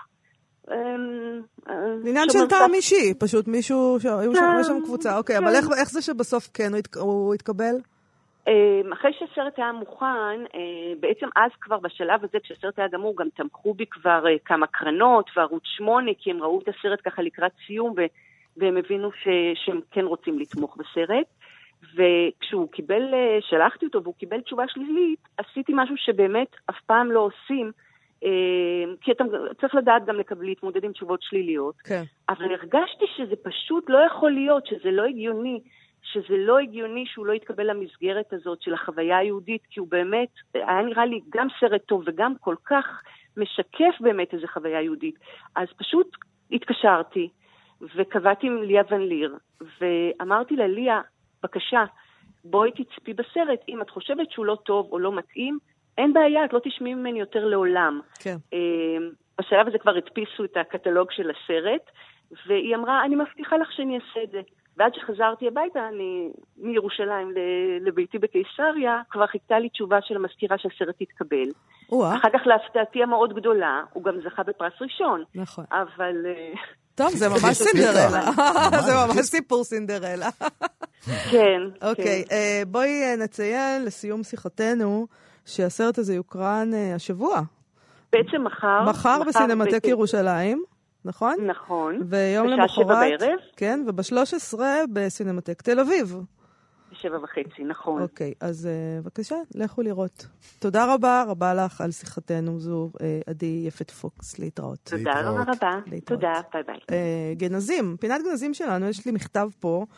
עניין של טעם אישי, פשוט מישהו, היו שם קבוצה, אוקיי, אבל איך זה שבסוף כן הוא התקבל? אחרי שהסרט היה מוכן, בעצם אז כבר בשלב הזה, כשהסרט היה גמור, גם תמכו בי כבר כמה קרנות וערוץ שמונה, כי הם ראו את הסרט ככה לקראת סיום, והם הבינו שהם כן רוצים לתמוך בסרט. וכשהוא קיבל, שלחתי אותו והוא קיבל תשובה שלילית, עשיתי משהו שבאמת אף פעם לא עושים, כי אתה צריך לדעת גם לקבל להתמודד עם תשובות שליליות. כן. אבל הרגשתי שזה פשוט לא יכול להיות, שזה לא הגיוני, שזה לא הגיוני שהוא לא יתקבל למסגרת הזאת של החוויה היהודית, כי הוא באמת, היה נראה לי גם סרט טוב וגם כל כך משקף באמת איזו חוויה יהודית. אז פשוט התקשרתי וקבעתי עם ליה ון ליר, ואמרתי לה, ליה, בבקשה, בואי תצפי בסרט, אם את חושבת שהוא לא טוב או לא מתאים, אין בעיה, את לא תשמעי ממני יותר לעולם. כן. בשלב הזה כבר הדפיסו את הקטלוג של הסרט, והיא אמרה, אני מבטיחה לך שאני אעשה את זה. ועד שחזרתי הביתה, אני מירושלים לביתי בקיסריה, כבר חיכתה לי תשובה של המזכירה שהסרט יתקבל. אחר כך להפתעתי המאוד גדולה, הוא גם זכה בפרס ראשון. נכון. אבל... טוב, זה ממש סינדרלה. זה ממש סיפור סינדרלה. כן. אוקיי, בואי נציין לסיום שיחתנו, שהסרט הזה יוקרן השבוע. בעצם מחר. מחר בסינמטק ירושלים. נכון? נכון. ויום למחרת, כן, וב-שלוש עשרה בסינמטק תל אביב. בשבע וחצי, נכון. אוקיי, אז uh, בבקשה, לכו לראות. תודה רבה, רבה לך על שיחתנו זו, uh, עדי יפת פוקס, להתראות. תודה רבה רבה, תודה, ביי ביי. Uh, גנזים, פינת גנזים שלנו, יש לי מכתב פה,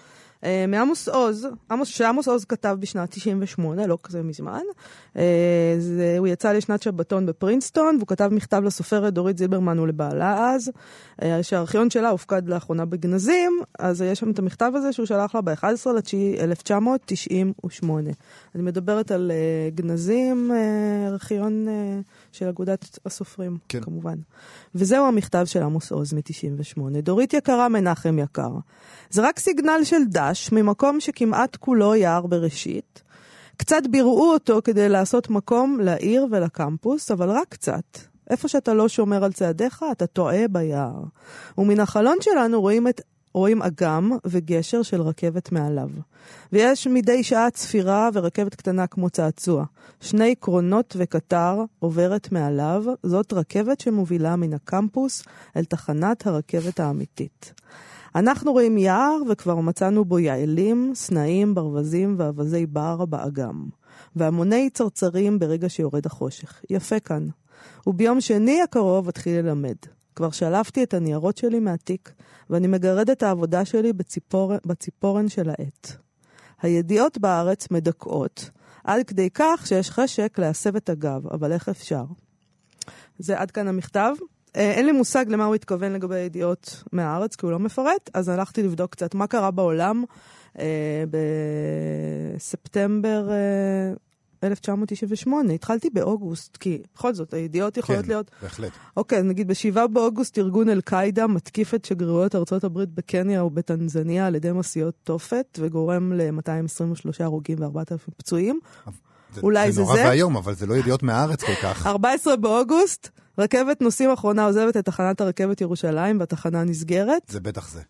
מעמוס עוז, שעמוס עוז כתב בשנת תשעים ושמונה, לא כזה מזמן. זה, הוא יצא לשנת שבתון בפרינסטון, והוא כתב מכתב לסופרת דורית זילברמן ולבעלה אז, שהארכיון שלה הופקד לאחרונה בגנזים, אז יש שם את המכתב הזה שהוא שלח לה ב-אחד עשר לספטמבר אלף תשע מאות תשעים ושמונה. אני מדברת על גנזים, ארכיון של אגודת הסופרים, כן. כמובן. וזהו המכתב של עמוס עוז מ-תשעים ושמונה. דורית יקרה, מנחם יקר. זה רק סיגנל של דש, ממקום שכמעט כולו יער בראשית. קצת ביראו אותו כדי לעשות מקום לעיר ולקמפוס, אבל רק קצת. איפה שאתה לא שומר על צעדיך, אתה טועה ביער. ומן החלון שלנו רואים את רואים אגם וגשר של רכבת מעליו. ויש מדי שעה צפירה ורכבת קטנה כמו צעצוע. שני קרונות וקטר עוברת מעליו, זאת רכבת שמובילה מן הקמפוס אל תחנת הרכבת האמיתית. אנחנו רואים יער וכבר מצאנו בו יעלים, סנאים, ברווזים ואבזי בר באגם. והמוני צרצרים ברגע שיורד החושך. יפה כאן. וביום שני הקרוב התחיל ללמד. כבר שלפתי את הניירות שלי מהתיק, ואני מגרד את העבודה שלי בציפור... בציפורן של העט. הידיעות בארץ מדכאות, עד כדי כך שיש חשק להסב את הגב, אבל איך אפשר? זה עד כאן המכתב. אין לי מושג למה הוא התכוון לגבי הידיעות מהארץ, כי הוא לא מפרט, אז הלכתי לבדוק קצת מה קרה בעולם אה, בספטמבר אה, אלף תשע מאות תשעים ושמונה. התחלתי באוגוסט, כי בכל זאת, הידיעות יכולות כן, להיות... בהחלט. אוקיי, נגיד בשבעה באוגוסט ארגון אל-קאידה מתקיף את שגרירויות ארצות הברית בקניה ובטנזניה על ידי מסיות תופת, וגורם ל-מאתיים עשרים ושלושה הרוגים ו-ארבעת אלפים פצועים. זה, אולי זה זה נורא זה. והיום, אבל זה לא ידיעות מהארץ כל כך. ארבעה עשר באוגוסט, רכבת נוסעים האחרונה עוזבת את תחנת הרכבת ירושלים, והתחנה נסגרת. זה בטח זה.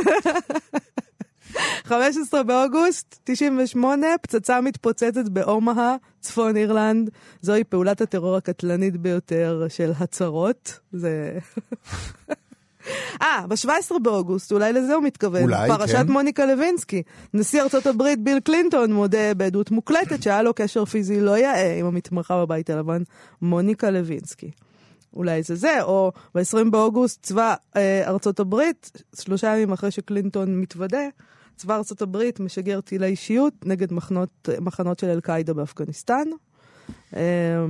חמישה עשר באוגוסט תשעים ושמונה, פצצה מתפוצצת באומהה, צפון אירלנד. זוהי פעולת הטרור הקטלנית ביותר של הצהרות. זה... אה, ב-שבעה עשר באוגוסט, אולי לזה הוא מתכוון. אולי, פרשת כן. מוניקה לוינסקי. נשיא ארצות הברית ביל קלינטון מודה בעדות מוקלטת שהיה לו קשר פיזי לא יאה עם המתמחה בבית הלבן מוניקה לוינסקי. אולי זה זה, או ב-עשרים באוגוסט צבא אה, ארצות הברית, שלושה ימים אחרי שקלינטון מתוודה, צבא ארצות הברית משגר טילי אישיות נגד מחנות, מחנות של אל-קאידה באפגניסטן. אה,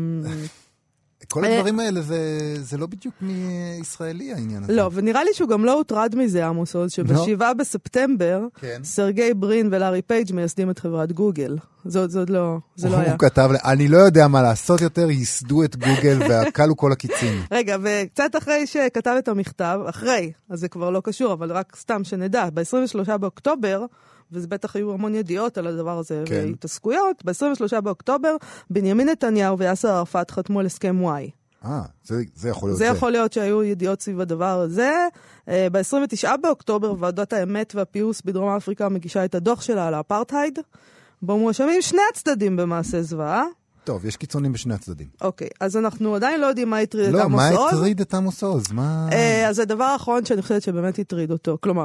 כל הדברים האלה זה, זה לא בדיוק מישראלי העניין הזה. לא, ונראה לי שהוא גם לא הוטרד מזה, עמוס עוז, שבשבעה בספטמבר, כן. סרגי ברין ולארי פייג' מייסדים את חברת גוגל. זאת, זאת לא, זה לא היה. הוא כתב, אני לא יודע מה לעשות יותר, ייסדו את גוגל והקלו כל הקיצים. רגע, וקצת אחרי שכתב את המכתב, אחרי, אז זה כבר לא קשור, אבל רק סתם שנדע, ב-עשרים ושלושה באוקטובר, וזה בטח היו המון ידיעות על הדבר הזה, כן. והתעסקויות, ב-עשרים ושלושה באוקטובר, בנימין נתניהו ויאסר ערפאת חתמו על הסכם וואי. אה, זה, זה יכול להיות זה. זה. זה יכול להיות שהיו ידיעות סביב הדבר הזה. ב-עשרים ותשעה באוקטובר, ועדת האמת והפיוס בדרום אפריקה מגישה את הדוח שלה על האפרטהייד, בו מואשמים שני הצדדים במעשה זוועה. טוב, יש קיצונים בשני הצדדים. אוקיי, אז אנחנו עדיין לא יודעים מה הטריד את לא, עמוס עוז. מה הטריד את עמוס עוז? מה... אז הדבר האחרון שאני חושבת שבאמת הטריד אותו, כלומר,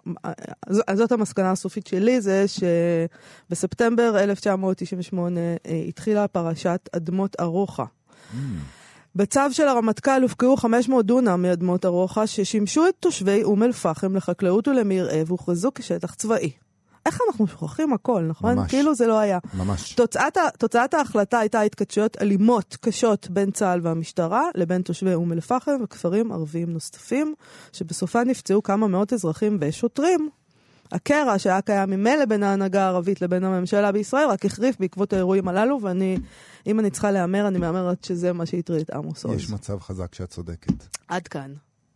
זאת המסקנה הסופית שלי, זה שבספטמבר אלף תשע מאות תשעים ושמונה התחילה פרשת אדמות ארוחה. Mm. בצו של הרמטכ"ל הופקעו חמש מאות דונם מאדמות ארוחה ששימשו את תושבי אום אל-פחם לחקלאות ולמרעה והוכרזו כשטח צבאי. איך אנחנו שוכחים הכל, נכון? ממש. כאילו זה לא היה. ממש. תוצאת, תוצאת ההחלטה הייתה התקדשויות אלימות קשות בין צה"ל והמשטרה לבין תושבי אום אל-פחם וכפרים ערביים נוספים, שבסופה נפצעו כמה מאות אזרחים ושוטרים. הקרע שהיה קיים ממילא בין ההנהגה הערבית לבין הממשלה בישראל רק החריף בעקבות האירועים הללו, ואני, אם אני צריכה לאמר, אני מאמרת שזה מה שהטריד את עמוס עוז. יש מצב חזק שאת צודקת. עד כאן.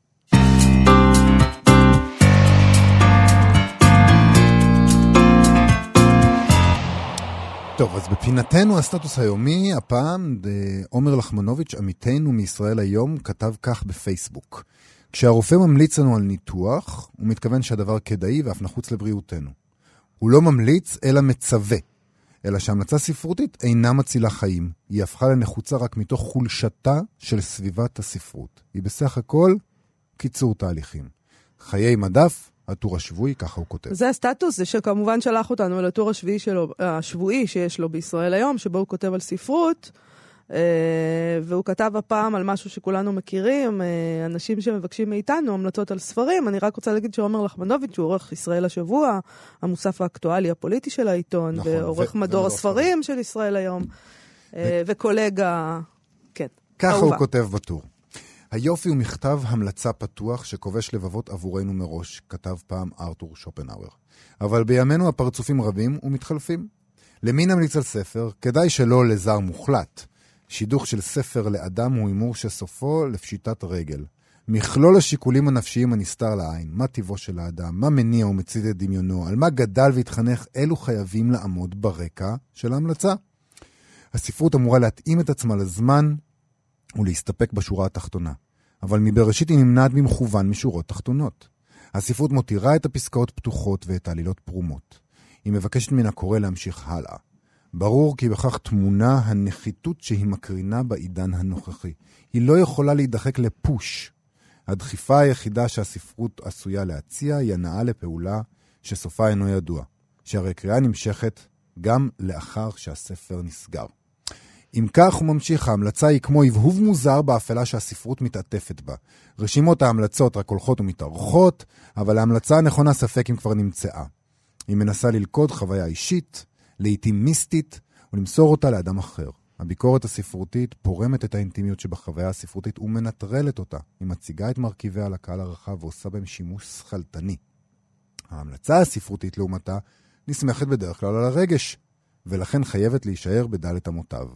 טוב, אז בפינתנו הסטטוס היומי, הפעם עומר לחמנוביץ' עמיתנו מישראל היום כתב כך בפייסבוק. כשהרופא ממליץ לנו על ניתוח, הוא מתכוון שהדבר כדאי ואף נחוץ לבריאותנו. הוא לא ממליץ אלא מצווה, אלא שהמלצה ספרותית אינה מצילה חיים. היא הפכה לנחוצה רק מתוך חולשתה של סביבת הספרות. היא בסך הכל קיצור תהליכים. חיי מדף, הטור השבועי, ככה הוא כותב. זה הסטטוס, זה שכמובן שלח אותנו לטור השבועי שלו, השבועי שיש לו בישראל היום, שבו הוא כותב על ספרות, והוא כתב הפעם על משהו שכולנו מכירים, אנשים שמבקשים מאיתנו המלצות על ספרים. אני רק רוצה להגיד שעומר לחמנוביץ' הוא עורך ישראל השבוע, המוסף האקטואלי הפוליטי של העיתון, נכון, ועורך ו- מדור הספרים של ישראל היום, ו- וקולגה, כן. ככה הוא כותב בטור. היופי הוא מכתב המלצה פתוח שכובש לבבות עבורנו מראש, כתב פעם ארתור שופנהאואר. אבל בימינו הפרצופים רבים ומתחלפים. למי נמליץ על ספר? כדאי שלא לזר מוחלט. שידוך של ספר לאדם הוא אימור שסופו לפשיטת רגל. מכלול השיקולים הנפשיים הנסתר לעין, מה טבעו של האדם, מה מניע ומצית את דמיונו, על מה גדל והתחנך, אלו חייבים לעמוד ברקע של ההמלצה. הספרות אמורה להתאים את עצמה לזמן ולהסתפק בשורה התחתונה. אבל מבראשית היא נמנעת במכוון משורות תחתונות. הספרות מותירה את הפסקאות פתוחות ואת העלילות פרומות. היא מבקשת מן הקורא להמשיך הלאה. ברור כי בכך תמונה הנחיתות שהיא מקרינה בעידן הנוכחי. היא לא יכולה להידחק לפוש. הדחיפה היחידה שהספרות עשויה להציע היא הנאה לפעולה שסופה אינו ידוע. שהרי קריאה נמשכת גם לאחר שהספר נסגר. אם כך הוא ממשיך, ההמלצה היא כמו הבהוב מוזר באפלה שהספרות מתעטפת בה. רשימות ההמלצות רק הולכות ומתארכות, אבל ההמלצה הנכונה ספק אם כבר נמצאה. היא מנסה ללכוד חוויה אישית, לעתים מיסטית, ולמסור אותה לאדם אחר. הביקורת הספרותית פורמת את האינטימיות שבחוויה הספרותית ומנטרלת אותה. היא מציגה את מרכיביה לקהל הרחב ועושה בהם שימוש שכלתני. ההמלצה הספרותית לעומתה נסמכת בדרך כלל על הרגש, ולכן חייבת להישאר בדלת אמותיו.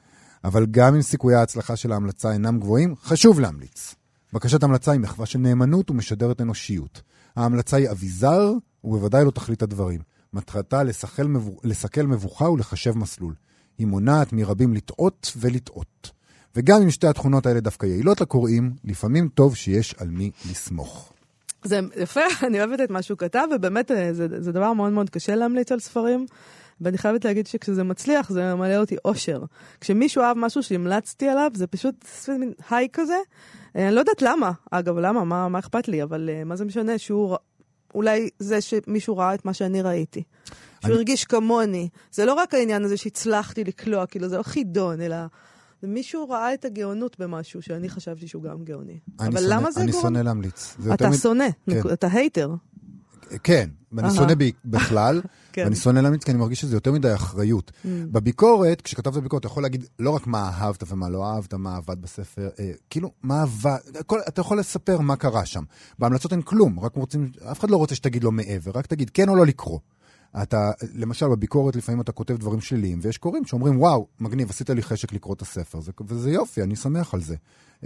אבל גם אם סיכויי ההצלחה של ההמלצה אינם גבוהים, חשוב להמליץ. בקשת המלצה היא מחווה של נאמנות ומשדרת אנושיות. ההמלצה היא אביזר, ובוודאי לא תכלית הדברים. מטרתה לסכל, מבו... לסכל מבוכה ולחשב מסלול. היא מונעת מרבים לטעות ולטעות. וגם אם שתי התכונות האלה דווקא יעילות לקוראים, לפעמים טוב שיש על מי לסמוך. זה יפה, אני אוהבת את מה שהוא כתב, ובאמת זה, זה דבר מאוד מאוד קשה להמליץ על ספרים. ואני חייבת להגיד שכשזה מצליח, זה מלא אותי אושר. כשמישהו אהב משהו שהמלצתי עליו, זה פשוט מין היי כזה. אני לא יודעת למה, אגב, למה, מה, מה אכפת לי, אבל מה זה משנה שהוא, אולי זה שמישהו ראה את מה שאני ראיתי. שהוא אני... הרגיש כמוני. זה לא רק העניין הזה שהצלחתי לקלוע, כאילו זה לא חידון, אלא מישהו ראה את הגאונות במשהו שאני חשבתי שהוא גם גאוני. אבל שונא, למה זה אני גאון? שונא להמליץ. אתה מד... שונא, כן. אתה הייטר. כן, ואני שונא בכלל, ואני שונא להמליץ, כי אני מרגיש שזה יותר מדי אחריות. בביקורת, כשכתבת בביקורת, אתה יכול להגיד לא רק מה אהבת ומה לא אהבת, מה עבד בספר, כאילו, מה עבד, אתה יכול לספר מה קרה שם. בהמלצות אין כלום, רק רוצים, אף אחד לא רוצה שתגיד לו מעבר, רק תגיד כן או לא לקרוא. אתה, למשל, בביקורת לפעמים אתה כותב דברים שליליים, ויש קוראים שאומרים, וואו, מגניב, עשית לי חשק לקרוא את הספר, וזה יופי, אני שמח על זה.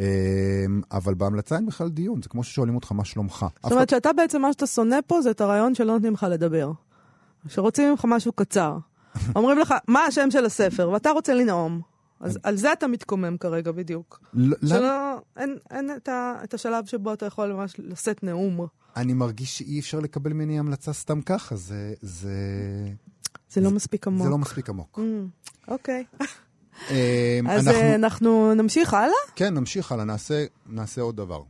אבל בהמלצה אין בכלל דיון, זה כמו ששואלים אותך מה שלומך. זאת אומרת שאתה בעצם מה שאתה שונא פה זה את הרעיון שלא נותנים לך לדבר. שרוצים ממך משהו קצר. אומרים לך, מה השם של הספר? ואתה רוצה לנאום. אז על זה אתה מתקומם כרגע בדיוק. שלא, אין את השלב שבו אתה יכול ממש לשאת נאום. אני מרגיש שאי אפשר לקבל ממני המלצה סתם ככה, זה... זה לא מספיק עמוק. זה לא מספיק עמוק. אוקיי. אז אנחנו נמשיך הלאה? כן, נמשיך הלאה, נעשה עוד דבר.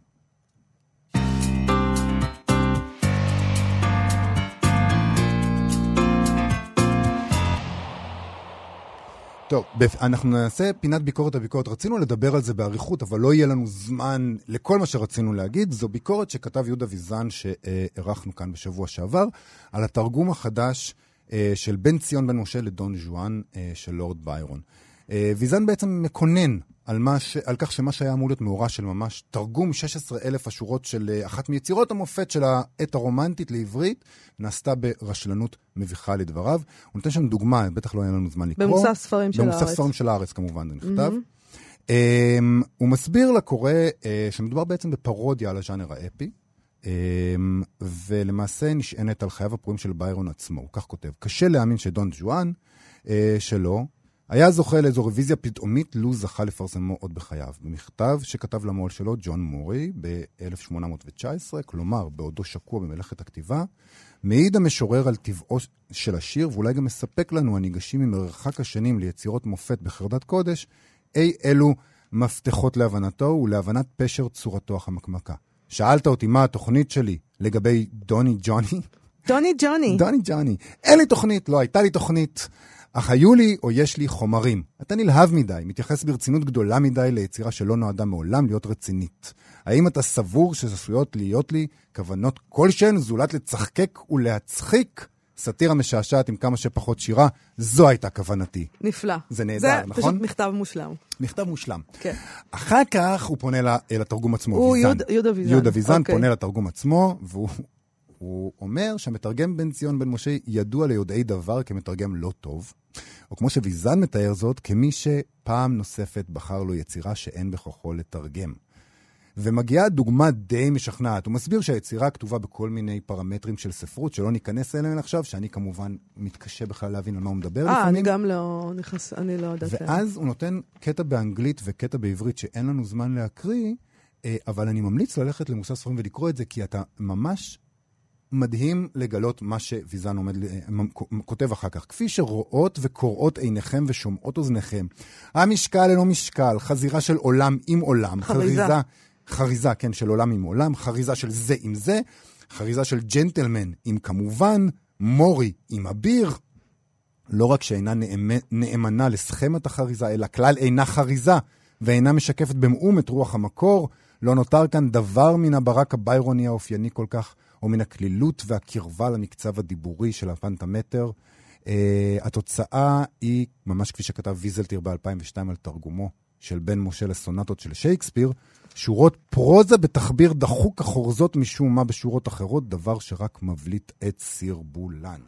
טוב, אנחנו נעשה פינת ביקורת הביקורת. רצינו לדבר על זה בעריכות, אבל לא יהיה לנו זמן לכל מה שרצינו להגיד. זו ביקורת שכתב יהודה ויזן שערכנו כאן בשבוע שעבר, על התרגום החדש של בן ציון בן משה לדון ז'ואן של לורד ביירון. ויזן בעצם מקונן על, ש... על כך שמה שהיה אמור להיות מאורע של ממש תרגום שש עשרה אלף השורות של אחת מיצירות המופת של העת הרומנטית לעברית, נעשתה ברשלנות מביכה לדבריו. הוא נותן שם דוגמה, בטח לא היה לנו זמן לקרוא. במוסף ספרים של הארץ. במוסף ספרים של הארץ כמובן, זה נכתב. Mm-hmm. Um, הוא מסביר לקורא uh, שמדובר בעצם בפרודיה על הז'אנר האפי, um, ולמעשה נשענת על חייו הפרועים של ביירון עצמו. הוא כך כותב, קשה להאמין שדון ז'ואן uh, שלו, היה זוכה לאיזו רוויזיה פתאומית, לו זכה לפרסמו עוד בחייו. במכתב שכתב למו"ל שלו, ג'ון מורי, ב-אלף שמונה מאות תשע עשרה, כלומר, בעודו שקוע במלאכת הכתיבה, מעיד המשורר על טבעו של השיר, ואולי גם מספק לנו הניגשים ממרחק השנים ליצירות מופת בחרדת קודש, אי אלו מפתחות להבנתו ולהבנת פשר צורתו החמקמקה. שאלת אותי מה התוכנית שלי לגבי דוני ג'וני? דוני ג'וני. דוני ג'וני. אין לי תוכנית, לא הייתה לי תוכנית, אך היו לי או יש לי חומרים. אתה נלהב מדי, מתייחס ברצינות גדולה מדי ליצירה שלא נועדה מעולם להיות רצינית. האם אתה סבור שזכויות להיות לי כוונות כלשהן זולת לצחקק ולהצחיק? סאטירה משעשעת עם כמה שפחות שירה, זו הייתה כוונתי. נפלא. זה נהדר, זה נכון? זה פשוט מכתב מושלם. מכתב מושלם. כן. אחר כך הוא פונה ל- אל התרגום עצמו, הוא ויזן. יהודה- יהודה ויזן. יהודה ויזן אוקיי. פונה לתרגום עצמו, והוא הוא אומר שהמתרגם בן ציון בן משה ידוע ליודעי דבר כמתרגם לא טוב, או כמו שוויזן מתאר זאת, כמי שפעם נוספת בחר לו יצירה שאין בכוחו לתרגם. ומגיעה דוגמה די משכנעת. הוא מסביר שהיצירה כתובה בכל מיני פרמטרים של ספרות, שלא ניכנס אליהם עכשיו, שאני כמובן מתקשה בכלל להבין על מה הוא מדבר אה, לפעמים. אני גם לא נכנס, אני לא יודעת. ואז הוא נותן קטע באנגלית וקטע בעברית שאין לנו זמן להקריא, אבל אני ממליץ ללכת למוסף ספרים ולקרוא את זה, כי אתה ממש מדהים לגלות מה שוויזן עומד, כותב אחר כך. כפי שרואות וקוראות עיניכם ושומעות אוזניכם. המשקל ללא משקל, חזירה של עולם עם עולם. חריזה. חריזה, חריזה, כן, של עולם עם עולם. חריזה של זה עם זה. חריזה של ג'נטלמן עם כמובן. מורי עם אביר. לא רק שאינה נאמנה לסכמת החריזה, אלא כלל אינה חריזה, ואינה משקפת במאום את רוח המקור. לא נותר כאן דבר מן הברק הביירוני האופייני כל כך, או מן הכלילות והקרבה למקצב הדיבורי של הפנטמטר. Uh, התוצאה היא, ממש כפי שכתב ויזלטיר ב-אלפיים ושתיים על תרגומו של בן משה לסונטות של שייקספיר, שורות פרוזה בתחביר דחוק החורזות משום מה בשורות אחרות, דבר שרק מבליט את סרבולן.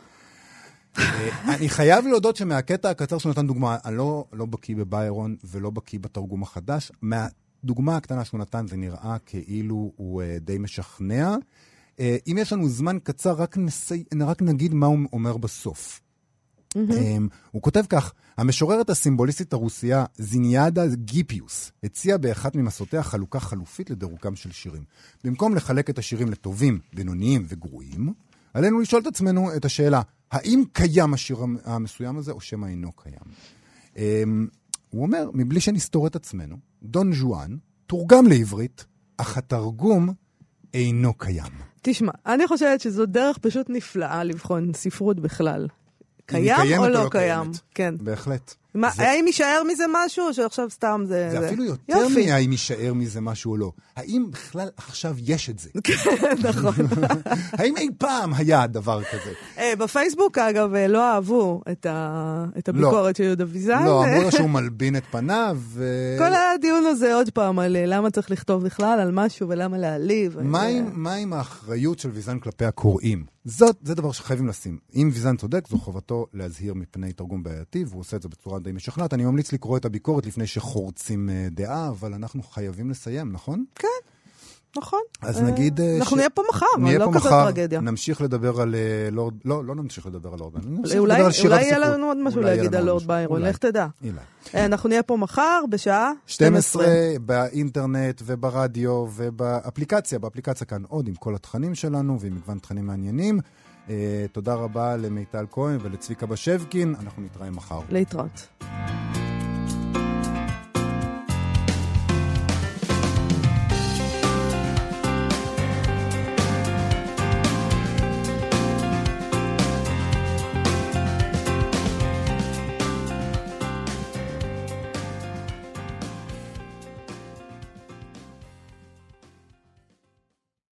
אני חייב להודות שמהקטע הקצר שנתן דוגמה, אני לא, לא בקיא בביירון ולא בקיא בתרגום החדש, מהדוגמה הקטנה שהוא נתן זה נראה כאילו הוא די משכנע. אם יש לנו זמן קצר, רק, נסי, רק נגיד מה הוא אומר בסוף. הוא כותב כך, המשוררת הסימבוליסטית הרוסייה זיניאדה גיפיוס הציעה באחת ממסעותיה חלוקה חלופית לדירוקם של שירים. במקום לחלק את השירים לטובים, בינוניים וגרועים, עלינו לשאול את עצמנו את השאלה, האם קיים השיר המסוים הזה או שמה אינו קיים? הוא אומר, מבלי שנסתור את עצמנו, דון ז'ואן תורגם לעברית, אך התרגום אינו קיים. תשמע, אני חושבת שזו דרך פשוט נפלאה לבחון ספרות בכלל. קיים או לא קיים? כן. בהחלט. האם יישאר מזה משהו, או שעכשיו סתם זה... זה אפילו יותר מהאם יישאר מזה משהו או לא. האם בכלל עכשיו יש את זה? נכון. האם אי פעם היה דבר כזה? בפייסבוק, אגב, לא אהבו את הביקורת של יהודה ויזן. לא, אמרו לו שהוא מלבין את פניו. כל הדיון הזה עוד פעם על למה צריך לכתוב בכלל על משהו ולמה להעליב. מה עם האחריות של ויזן כלפי הקוראים? זאת, זה דבר שחייבים לשים. אם ויזן צודק, זו חובתו להזהיר מפני תרגום בעייתי, והוא עושה את זה בצורה די משכנעת. אני ממליץ לקרוא את הביקורת לפני שחורצים דעה, אבל אנחנו חייבים לסיים, נכון? כן, נכון. אז נגיד... אנחנו נהיה פה מחר, אבל לא כזאת טרגדיה. נמשיך לדבר על לורד... לא, לא נמשיך לדבר על לורד. אולי יהיה לנו עוד משהו להגיד על לורד ביירון, לך תדע. אנחנו נהיה פה מחר בשעה שתים עשרה באינטרנט וברדיו ובאפליקציה, באפליקציה כאן עוד עם כל התכנים שלנו ועם מגוון תכנים מעניינים. תודה רבה למיטל כהן ולצביקה בשבקין, אנחנו נתראה מחר. להתראות.